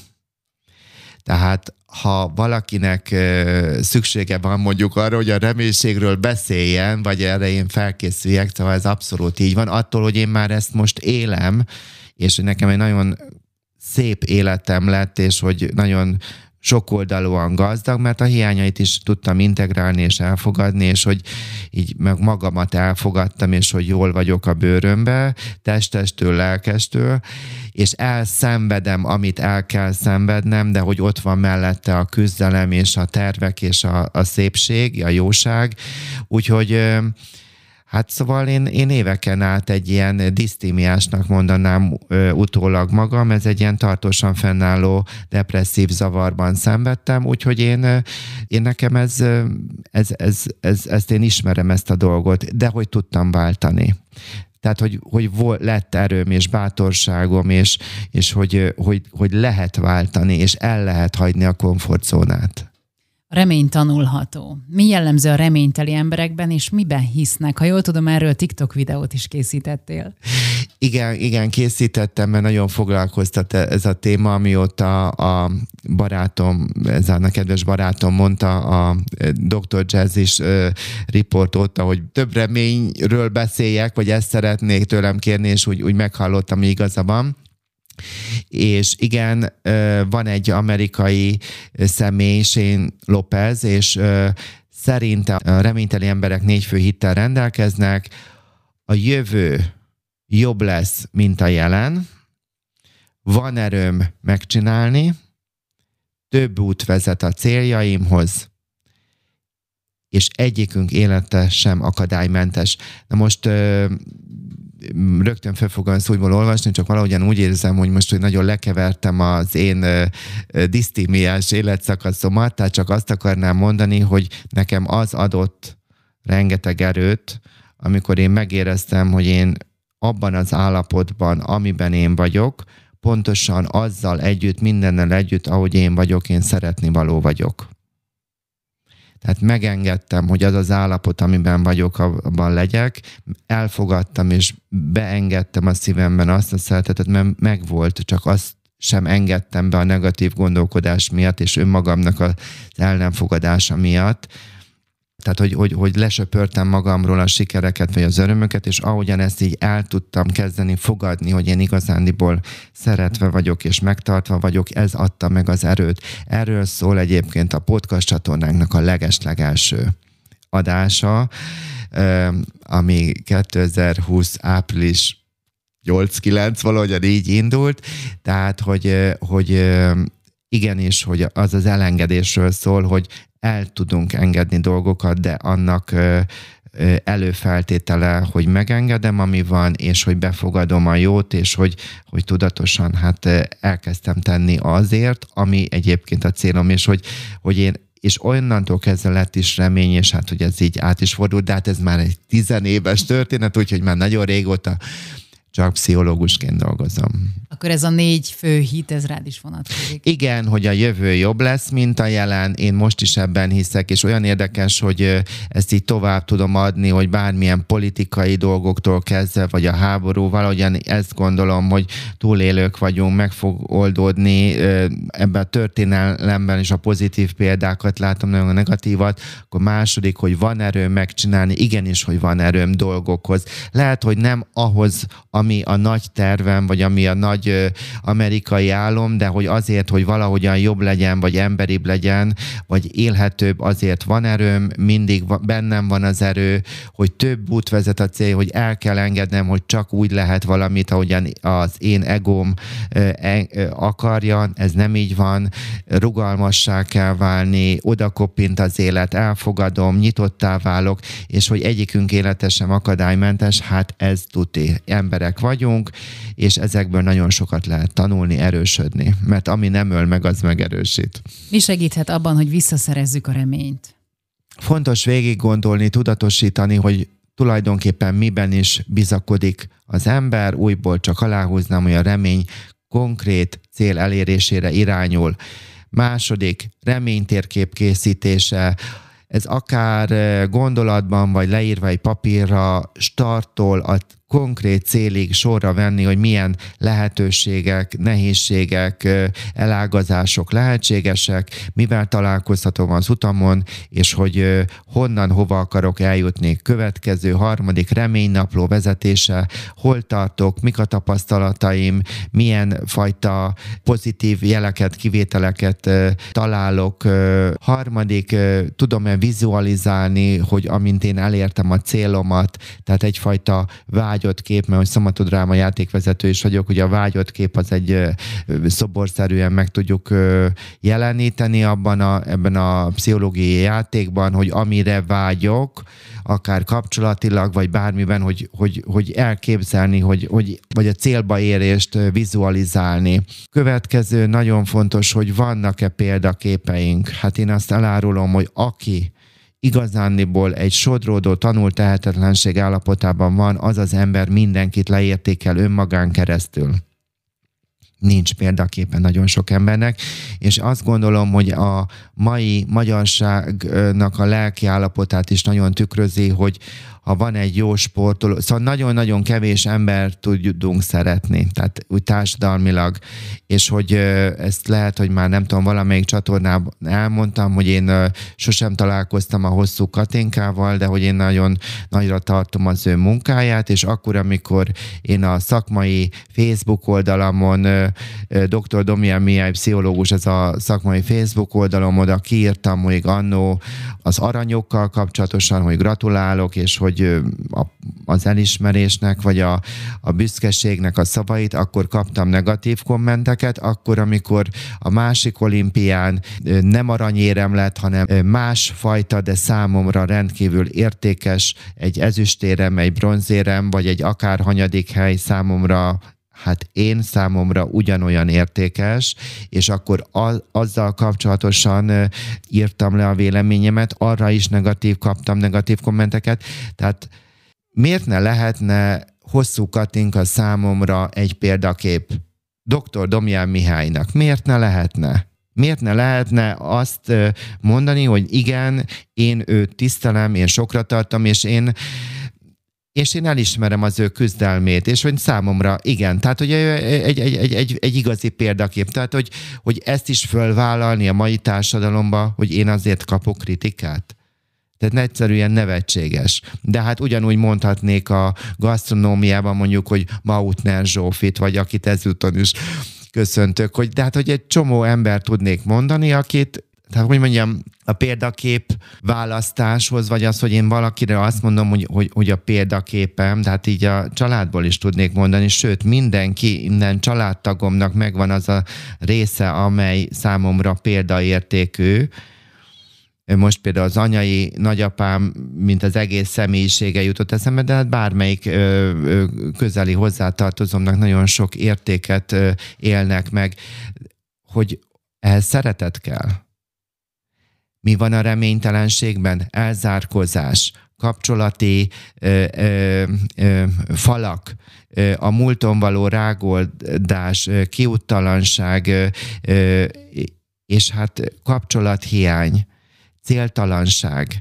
Tehát ha valakinek szüksége van mondjuk arra, hogy a reménységről beszéljen, vagy erre én felkészüljek, szóval ez abszolút így van. Attól, hogy én már ezt most élem, és hogy nekem egy nagyon szép életem lett, és hogy nagyon sokoldalúan gazdag, mert a hiányait is tudtam integrálni és elfogadni, és hogy így meg magamat elfogadtam, és hogy jól vagyok a bőrömbe, testestől, lelkestől, és elszenvedem, amit el kell szenvednem, de hogy ott van mellette a küzdelem, és a tervek, és a szépség, a jóság. Úgyhogy hát szóval én éveken át egy ilyen disztímiásnak mondanám utólag magam, ez egy ilyen tartósan fennálló depresszív zavarban szenvedtem, úgyhogy én nekem ezt én ismerem, ezt a dolgot, de hogy tudtam váltani. Tehát, hogy lett erőm és bátorságom, és hogy lehet váltani, és el lehet hagyni a komfortzónát. A remény tanulható. Mi jellemző a reményteli emberekben, és miben hisznek? Ha jól tudom, erről TikTok videót is készítettél. Igen, készítettem, mert nagyon foglalkoztat ez a téma, amióta a barátom, ez a kedves barátom mondta, a Dr. Jazz is riport óta, hogy több reményről beszéljek, vagy ezt szeretnék tőlem kérni, és úgy meghallottam, hogy igaza van. És igen, van egy amerikai személy, Shane Lopez, és szerinte a reményteli emberek 4 fő hittel rendelkeznek. A jövő jobb lesz, mint a jelen. Van erőm megcsinálni. Több út vezet a céljaimhoz, és egyikünk élete sem akadálymentes. Na most rögtön fel fogom ezt újból olvasni, csak valahogyan úgy érzem, hogy most hogy nagyon lekevertem az én disztímiás életszakaszomat, tehát csak azt akarnám mondani, hogy nekem az adott rengeteg erőt, amikor én megéreztem, hogy én abban az állapotban, amiben én vagyok, pontosan azzal együtt, mindennel együtt, ahogy én vagyok, én szeretni való vagyok. Tehát megengedtem, hogy az az állapot, amiben vagyok, abban legyek, elfogadtam és beengedtem a szívemben azt a szeretetet, mert megvolt, csak azt sem engedtem be a negatív gondolkodás miatt, és önmagamnak az el nem fogadása miatt. Tehát, hogy lesöpörtem magamról a sikereket, vagy az örömöket, és ahogyan ezt így el tudtam kezdeni fogadni, hogy én igazándiból szeretve vagyok, és megtartva vagyok, ez adta meg az erőt. Erről szól egyébként a podcast csatornánknak a legeslegelső adása, ami 2020 április 8-9 valahogyan így indult, tehát, hogy igenis, hogy az elengedésről szól, hogy el tudunk engedni dolgokat, de annak előfeltétele, hogy megengedem, ami van, és hogy befogadom a jót, és hogy tudatosan elkezdtem tenni azért, ami egyébként a célom, és hogy én és onnantól kezdve lett is remény, és hogy ez így át is fordult, de ez már egy 10 éves történet, úgyhogy már nagyon régóta csak pszichológusként dolgozom. Akkor ez a 4 fő hit, ez rád is vonatkozik. Igen, hogy a jövő jobb lesz, mint a jelen. Én most is ebben hiszek, és olyan érdekes, hogy ezt így tovább tudom adni, hogy bármilyen politikai dolgoktól kezdve, vagy a háború, valahogyan ezt gondolom, hogy túlélők vagyunk, meg fog oldódni. Ebben a történelemben is a pozitív példákat látom, nagyon a negatívat. Akkor második, hogy van erőm megcsinálni, igenis, hogy van erőm dolgokhoz. Lehet, hogy nem ahhoz, ami a nagy tervem, vagy ami a nagy amerikai álom, de hogy azért, hogy valahogyan jobb legyen, vagy emberibb legyen, vagy élhetőbb, azért van erőm, mindig bennem van az erő, hogy több út vezet a cél, hogy el kell engednem, hogy csak úgy lehet valamit, ahogyan az én egóm akarja, ez nem így van, rugalmassá kell válni, oda koppint az élet, elfogadom, nyitottá válok, és hogy egyikünk élete sem akadálymentes, ez tuti. Emberek vagyunk, és ezekből nagyon sokat lehet tanulni, erősödni, mert ami nem öl meg, az megerősít. Mi segíthet abban, hogy visszaszerezzük a reményt? Fontos végig gondolni, tudatosítani, hogy tulajdonképpen miben is bizakodik az ember, újból csak aláhúznám, hogy a remény konkrét cél elérésére irányul. Második, reménytérkép készítése, ez akár gondolatban, vagy leírva egy papírra, starttól a konkrét célig sorra venni, hogy milyen lehetőségek, nehézségek, elágazások lehetségesek, mivel találkozhatom az utamon, és hogy honnan, hova akarok eljutni. Következő, harmadik reménynapló vezetése, hol tartok, mik a tapasztalataim, milyen fajta pozitív jeleket, kivételeket találok. Harmadik, tudom-e vizualizálni, hogy amint én elértem a célomat, tehát egyfajta vágyott kép, mert hogy szombatodráma játékvezető is vagyok, ugye a vágyott kép az egy szoborszerűen meg tudjuk jeleníteni ebben a pszichológiai játékban, hogy amire vágyok, akár kapcsolatilag, vagy bármiben, hogy elképzelni, vagy a célba érést vizualizálni. Következő nagyon fontos, hogy vannak-e példaképeink. Én azt elárulom, hogy aki igazándiból egy sodródó, tanult tehetetlenség állapotában van, az az ember mindenkit leértékel önmagán keresztül. nincs példaképpen nagyon sok embernek, és azt gondolom, hogy a mai magyarságnak a lelki állapotát is nagyon tükrözi, hogy ha van egy jó sportoló, szóval nagyon-nagyon kevés embert tudunk szeretni, tehát úgy társadalmilag, és hogy ezt lehet, hogy már nem tudom, valamelyik csatornában elmondtam, hogy én sosem találkoztam a Hosszú Katinkával, de hogy én nagyon nagyra tartom az ő munkáját, és akkor, amikor én a szakmai Facebook oldalamon, Dr. Domján Mihály pszichológus, ez a szakmai Facebook oldalom, oda kiírtam, hogy annó az aranyokkal kapcsolatosan, hogy gratulálok, és hogy az elismerésnek, vagy a büszkeségnek a szavait, akkor kaptam negatív kommenteket, akkor, amikor a másik olimpián nem aranyérem lett, hanem másfajta, de számomra rendkívül értékes, egy ezüstérem, egy bronzérem, vagy egy akárhanyadik hely számomra, számomra ugyanolyan értékes, és akkor azzal kapcsolatosan írtam le a véleményemet, arra is kaptam negatív kommenteket, tehát miért ne lehetne Hosszú Katinka számomra egy példakép Dr. Domján Mihálynak? Miért ne lehetne? Miért ne lehetne azt mondani, hogy igen, én őt tisztelem, én sokra tartom, és én elismerem az ő küzdelmét, és hogy számomra igen, tehát hogy egy igazi példakép, tehát hogy ezt is fölvállalni a mai társadalomba, hogy én azért kapok kritikát. Tehát egyszerűen nevetséges. De hát ugyanúgy mondhatnék a gasztronómiában mondjuk, hogy Mautner Zsófit, vagy akit ezúton is köszöntök, de hát hogy egy csomó ember tudnék mondani, akit, tehát hogy mondjam, a példakép választáshoz, vagy az, hogy én valakire azt mondom, hogy a példaképem, tehát így a családból is tudnék mondani, sőt minden családtagomnak megvan az a része, amely számomra példaértékű. Most például az anyai nagyapám, mint az egész személyisége jutott eszembe, de hát bármelyik közeli hozzátartozomnak nagyon sok értéket élnek meg, hogy ehhez szeretet kell. Mi van a reménytelenségben? Elzárkózás, kapcsolati falak, a múlton való rágoldás, kiúttalanság, és hát kapcsolathiány, céltalanság,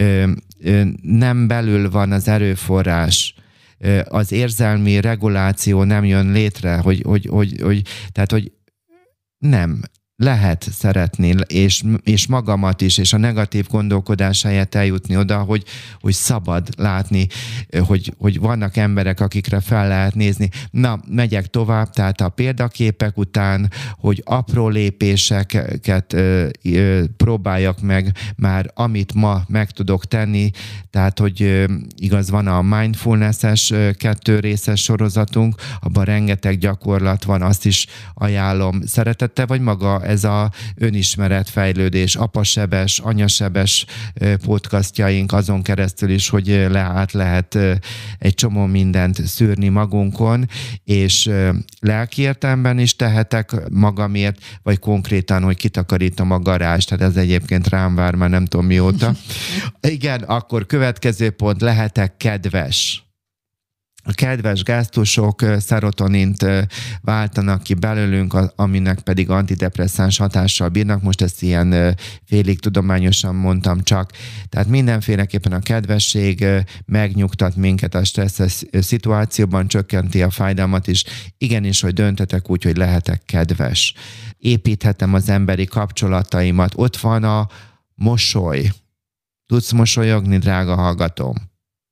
nem belül van az erőforrás, az érzelmi reguláció nem jön létre, tehát, hogy nem. Lehet szeretni, és magamat is, és a negatív gondolkodás helyett eljutni oda, hogy szabad látni, hogy vannak emberek, akikre fel lehet nézni. Na, megyek tovább, tehát a példaképek után, hogy apró lépéseket próbáljak meg már, amit ma meg tudok tenni, tehát, hogy igaz, van a mindfulness-es 2 részes sorozatunk, abban rengeteg gyakorlat van, azt is ajánlom szeretettel, vagy maga ez a önismeretfejlődés, apasebes, anyasebes podcastjaink azon keresztül is, hogy át lehet egy csomó mindent szűrni magunkon, és lelki értelemben is tehetek magamért, vagy konkrétan, hogy kitakarítom a garást, tehát ez egyébként rám vár már nem tudom mióta. Igen, akkor következő pont, lehetek kedves. A kedves gesztusok szerotonint váltanak ki belőlünk, aminek pedig antidepresszáns hatással bírnak. Most ezt ilyen félig tudományosan mondtam csak. Tehát mindenféleképpen a kedvesség megnyugtat minket a stresszes szituációban, csökkenti a fájdalmat is. Igenis, hogy döntetek úgy, hogy lehetek kedves. Építhetem az emberi kapcsolataimat. Ott van a mosoly. Tudsz mosolyogni, drága hallgatom?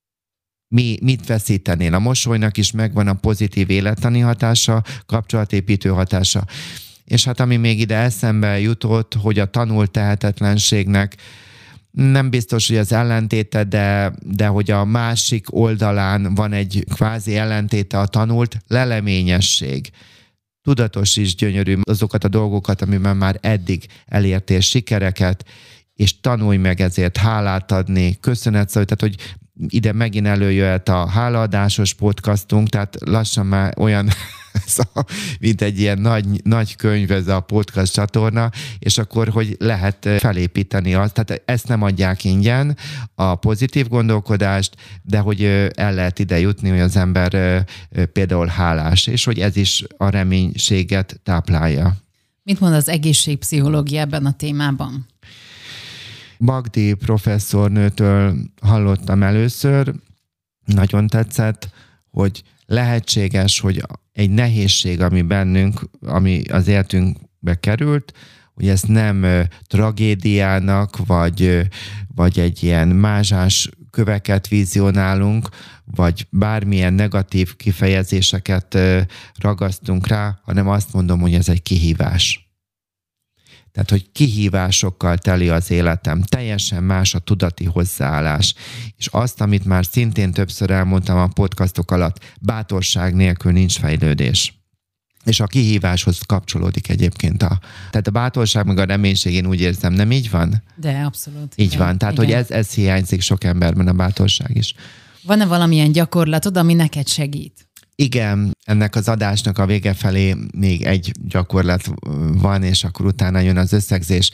Mit veszítenél? A mosolynak is megvan a pozitív élettani hatása, kapcsolatépítő hatása. És hát ami még ide eszembe jutott, hogy a tanult tehetetlenségnek nem biztos, hogy az ellentéte, de hogy a másik oldalán van egy kvázi ellentéte a tanult leleményesség. Tudatosíts gyönyörű azokat a dolgokat, amiben már eddig elértél sikereket, és tanulj meg ezért hálát adni, köszönet szó, tehát hogy ide megint előjöhet a hálaadásos podcastunk, tehát lassan már olyan mint egy ilyen nagy könyv ez a podcast csatorna, és akkor, hogy lehet felépíteni azt, tehát ezt nem adják ingyen, a pozitív gondolkodást, de hogy el lehet ide jutni, hogy az ember például hálás, és hogy ez is a reménységet táplálja. Mit mond az egészségpszichológia ebben a témában? Magdi professzornőtől hallottam először, nagyon tetszett, hogy lehetséges, hogy egy nehézség, ami bennünk, ami az életünkbe került, hogy ezt nem tragédiának, vagy egy ilyen mázsás köveket vizionálunk, vagy bármilyen negatív kifejezéseket ragasztunk rá, hanem azt mondom, hogy ez egy kihívás. Tehát, hogy kihívásokkal teli az életem, teljesen más a tudati hozzáállás. És azt, amit már szintén többször elmondtam a podcastok alatt, bátorság nélkül nincs fejlődés. És a kihíváshoz kapcsolódik egyébként tehát a bátorság meg a reménység, én úgy érzem, nem így van? De abszolút. Így van, tehát igen. Hogy ez hiányzik sok emberben, a bátorság is. Van-e valamilyen gyakorlatod, ami neked segít? Igen, ennek az adásnak a vége felé még egy gyakorlat van, és akkor utána jön az összegzés.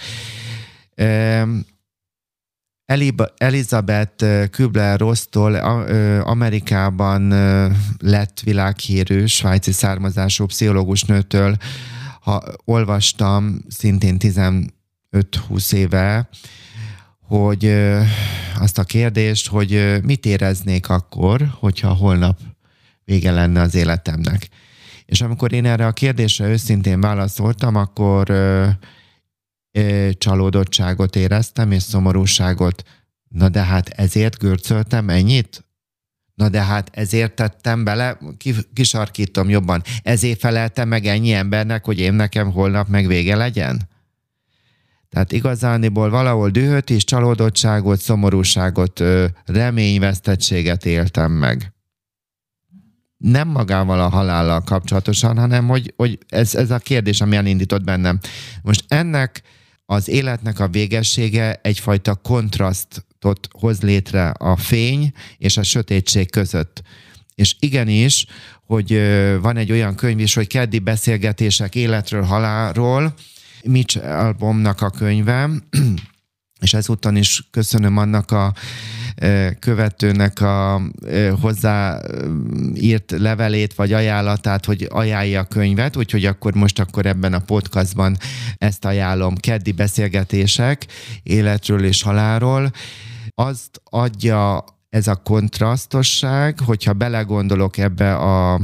Elizabeth Kübler-Rossztól Amerikában lett világhírű, svájci származású pszichológus nőtől, olvastam szintén 15-20 éve, hogy azt a kérdést, hogy mit éreznék akkor, hogyha holnap vége lenne az életemnek. És amikor én erre a kérdésre őszintén válaszoltam, akkor csalódottságot éreztem, és szomorúságot. Na de hát ezért görcöltem ennyit? Na de hát ezért tettem bele, kisarkítom jobban, ezért feleltem meg ennyi embernek, hogy én nekem holnap meg vége legyen? Tehát igazániból valahol dühöt és csalódottságot, szomorúságot, reményvesztettséget éltem meg. Nem magával a halállal kapcsolatosan, hanem hogy ez a kérdés, ami elindított bennem. Most ennek az életnek a végessége egyfajta kontrasztot hoz létre a fény és a sötétség között. És igenis, hogy van egy olyan könyv is, hogy Keddi beszélgetések életről, halálról, Mitch Albomnak a könyve, és ezúton is köszönöm annak a követőnek a hozzáírt levelét vagy ajánlatát, hogy ajánlja a könyvet, úgyhogy akkor ebben a podcastban ezt ajánlom. Keddi beszélgetések életről és halálról. Azt adja ez a kontrasztosság, hogyha belegondolok ebbe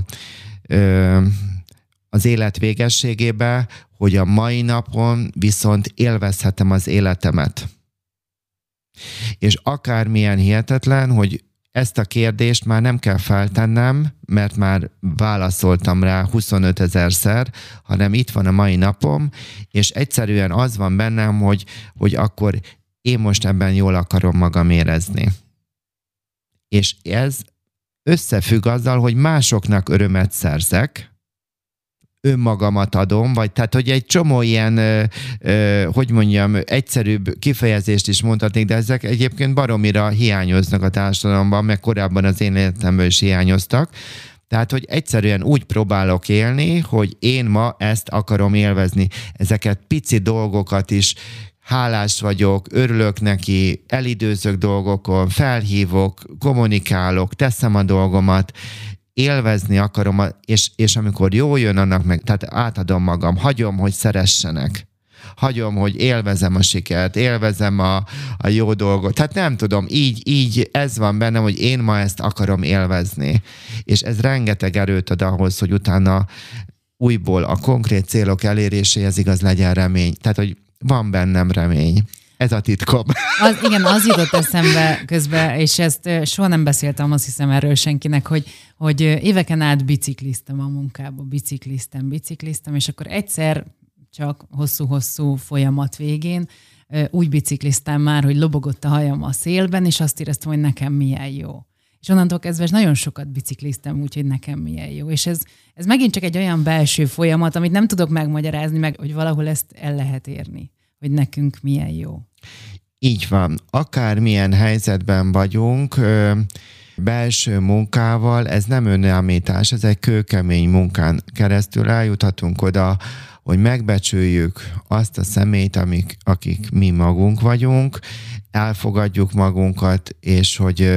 az élet végességébe, hogy a mai napon viszont élvezhetem az életemet. És akármilyen hihetetlen, hogy ezt a kérdést már nem kell feltennem, mert már válaszoltam rá 25 000-szer, hanem itt van a mai napom, és egyszerűen az van bennem, hogy akkor én most ebben jól akarom magam érezni. És ez összefügg azzal, hogy másoknak örömet szerzek, önmagamat adom, vagy tehát, hogy egy csomó ilyen, egyszerűbb kifejezést is mondhatnék, de ezek egyébként baromira hiányoznak a társadalomban, meg korábban az én életemből is hiányoztak. Tehát, hogy egyszerűen úgy próbálok élni, hogy én ma ezt akarom élvezni. Ezeket pici dolgokat is, hálás vagyok, örülök neki, elidőzök dolgokon, felhívok, kommunikálok, teszem a dolgomat, élvezni akarom, és amikor jó jön annak meg, tehát átadom magam, hagyom, hogy szeressenek. Hagyom, hogy élvezem a sikert, élvezem a jó dolgot. Tehát nem tudom, így ez van bennem, hogy én ma ezt akarom élvezni. És ez rengeteg erőt ad ahhoz, hogy utána újból a konkrét célok eléréséhez igaz legyen remény. Tehát, hogy van bennem remény. Ez a titkom. Igen, az jutott eszembe közben, és ezt soha nem beszéltem, azt hiszem erről senkinek, hogy éveken át bicikliztem a munkába, bicikliztem, és akkor egyszer csak hosszú-hosszú folyamat végén úgy bicikliztem már, hogy lobogott a hajam a szélben, és azt éreztem, hogy nekem milyen jó. És onnantól kezdve nagyon sokat bicikliztem, úgyhogy nekem milyen jó. És ez megint csak egy olyan belső folyamat, amit nem tudok megmagyarázni, meg hogy valahol ezt el lehet érni, hogy nekünk milyen jó. Így van. Akármilyen helyzetben vagyunk, belső munkával, ez nem önelmítás, ez egy kőkemény munkán keresztül eljuthatunk oda, hogy megbecsüljük azt a személyt, akik mi magunk vagyunk, elfogadjuk magunkat, és hogy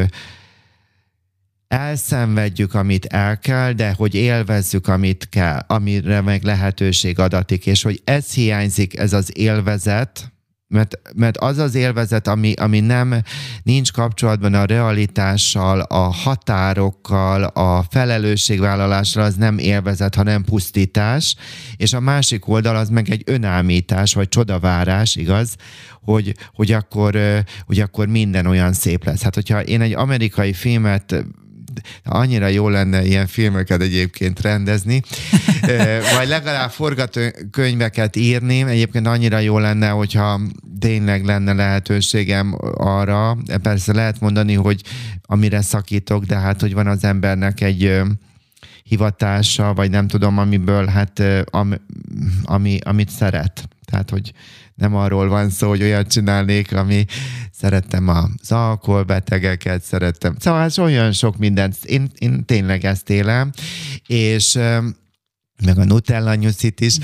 elszenvedjük, amit el kell, de hogy élvezzük, amit kell, amire meg lehetőség adatik, és hogy ez hiányzik, ez az élvezet, mert az az élvezet, ami nincs kapcsolatban a realitással, a határokkal, a felelősségvállalással, az nem élvezet, hanem pusztítás, és a másik oldal az meg egy önálmítás, vagy csodavárás, igaz? Hogy akkor minden olyan szép lesz. Hát, hogyha én egy amerikai filmet, annyira jó lenne ilyen filmeket egyébként rendezni, vagy legalább forgatókönyveket írni. Egyébként annyira jó lenne, hogyha tényleg lenne lehetőségem arra. Persze lehet mondani, hogy amire szakítok, de hát, hogy van az embernek egy hivatása, vagy nem tudom, amiből hát amit szeret. Tehát, hogy nem arról van szó, hogy olyat csinálnék, ami szerettem az alkoholbetegeket, szerettem. Szóval olyan sok mindent. Én tényleg ezt élem, és meg a Nutella nyuszit is.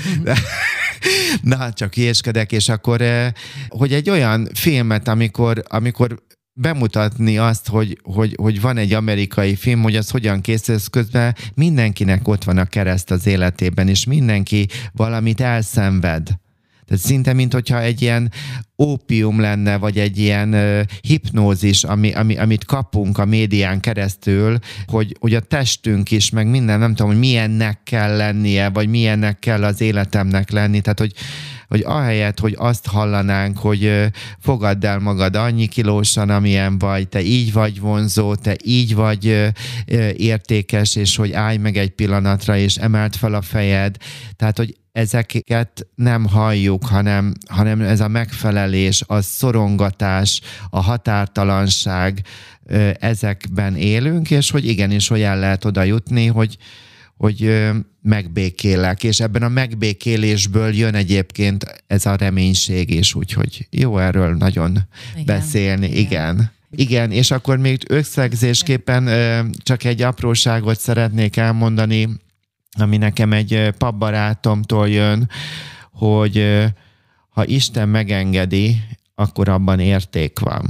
Na, csak hülyéskedek, és akkor, hogy egy olyan filmet, amikor bemutatni azt, hogy van egy amerikai film, hogy az hogyan készül, közben mindenkinek ott van a kereszt az életében, és mindenki valamit elszenved. Tehát szinte, mint hogyha egy ilyen ópium lenne, vagy egy ilyen hipnózis, amit kapunk a médián keresztül, hogy a testünk is, meg minden, nem tudom, hogy milyennek kell lennie, vagy milyennek kell az életemnek lenni. Tehát, hogy ahelyett, hogy azt hallanánk, hogy fogadd el magad annyi kilósan, amilyen vagy, te így vagy vonzó, te így vagy értékes, és hogy állj meg egy pillanatra, és emeld fel a fejed. Tehát, hogy ezeket nem halljuk, hanem ez a megfelelés, a szorongatás, a határtalanság, ezekben élünk, és hogy igenis, hogy el lehet oda jutni, hogy megbékélek, és ebben a megbékélésből jön egyébként ez a reménység is, úgyhogy jó erről nagyon beszélni, igen, és akkor még összegzésképpen csak egy apróságot szeretnék elmondani, ami nekem egy papbarátomtól jön, hogy ha Isten megengedi, akkor abban érték van.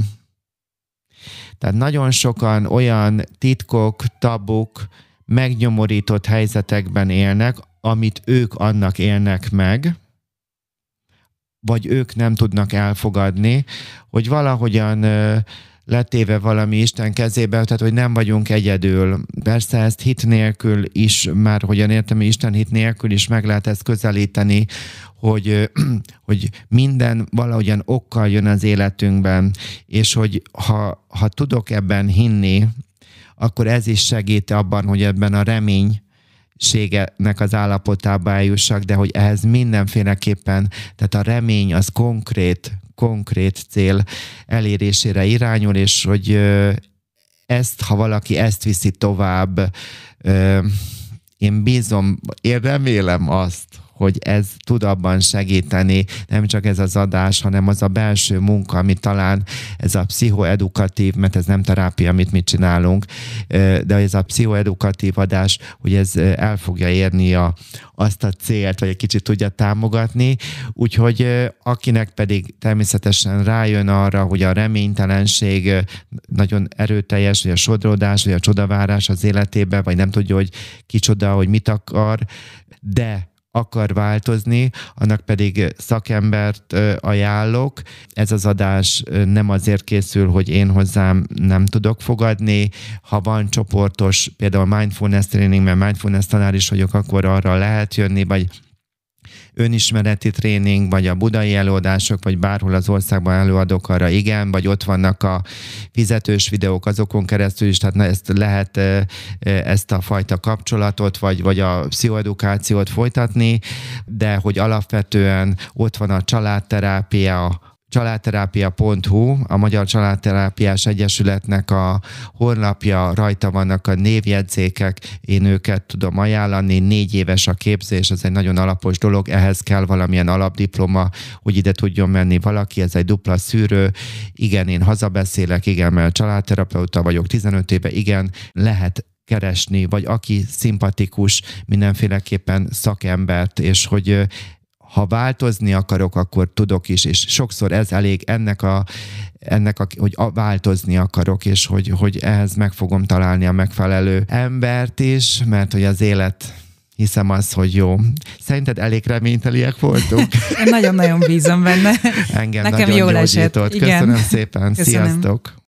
Tehát nagyon sokan olyan titkok, tabuk, megnyomorított helyzetekben élnek, amit ők annak élnek meg, vagy ők nem tudnak elfogadni, hogy valahogyan letéve valami Isten kezébe, tehát hogy nem vagyunk egyedül. Persze ezt hit nélkül is, már hogyan értem, Isten hit nélkül is meg lehet ezt közelíteni, hogy minden valahogyan okkal jön az életünkben, és hogy ha tudok ebben hinni, akkor ez is segít abban, hogy ebben a reménységenek az állapotába eljussak, de hogy ehhez mindenféleképpen, tehát a remény az konkrét cél elérésére irányul, és hogy ha valaki ezt viszi tovább, én remélem azt, hogy ez tud abban segíteni, nem csak ez az adás, hanem az a belső munka, ami talán ez a pszichoedukatív, mert ez nem terápia, amit mi csinálunk, de ez a pszichoedukatív adás, hogy ez el fogja érni azt a célt, vagy egy kicsit tudja támogatni, úgyhogy akinek pedig természetesen rájön arra, hogy a reménytelenség nagyon erőteljes, vagy a sodródás, vagy a csodavárás az életébe, vagy nem tudja, hogy kicsoda, hogy mit akar, de akar változni, annak pedig szakembert ajánlok. Ez az adás nem azért készül, hogy én hozzám nem tudok fogadni. Ha van csoportos, például mindfulness training, mert mindfulness tanár is vagyok, akkor arra lehet jönni, vagy önismereti tréning, vagy a budai előadások, vagy bárhol az országban előadok, arra igen, vagy ott vannak a fizetős videók azokon keresztül is, tehát ezt lehet ezt a fajta kapcsolatot, vagy a pszichoedukációt folytatni, de hogy alapvetően ott van a családterápia, családterápia.hu, a Magyar Családterápiás Egyesületnek a honlapja, rajta vannak a névjegyzékek, én őket tudom ajánlani, 4 éves a képzés, ez egy nagyon alapos dolog, ehhez kell valamilyen alapdiploma, hogy ide tudjon menni valaki, ez egy dupla szűrő, igen, én hazabeszélek, igen, mert családterapeuta vagyok 15 éve, igen, lehet keresni, vagy aki szimpatikus, mindenféleképpen szakembert, és hogy ha változni akarok, akkor tudok is, és sokszor ez elég hogy változni akarok, és hogy ehhez meg fogom találni a megfelelő embert is, mert hogy az élet, hiszem az, hogy jó. Szerinted elég reményteliek voltunk? Nagyon-nagyon bízom benne. Engem Nekem nagyon jól gyógyított. esett. Köszönöm szépen. Köszönöm. Sziasztok!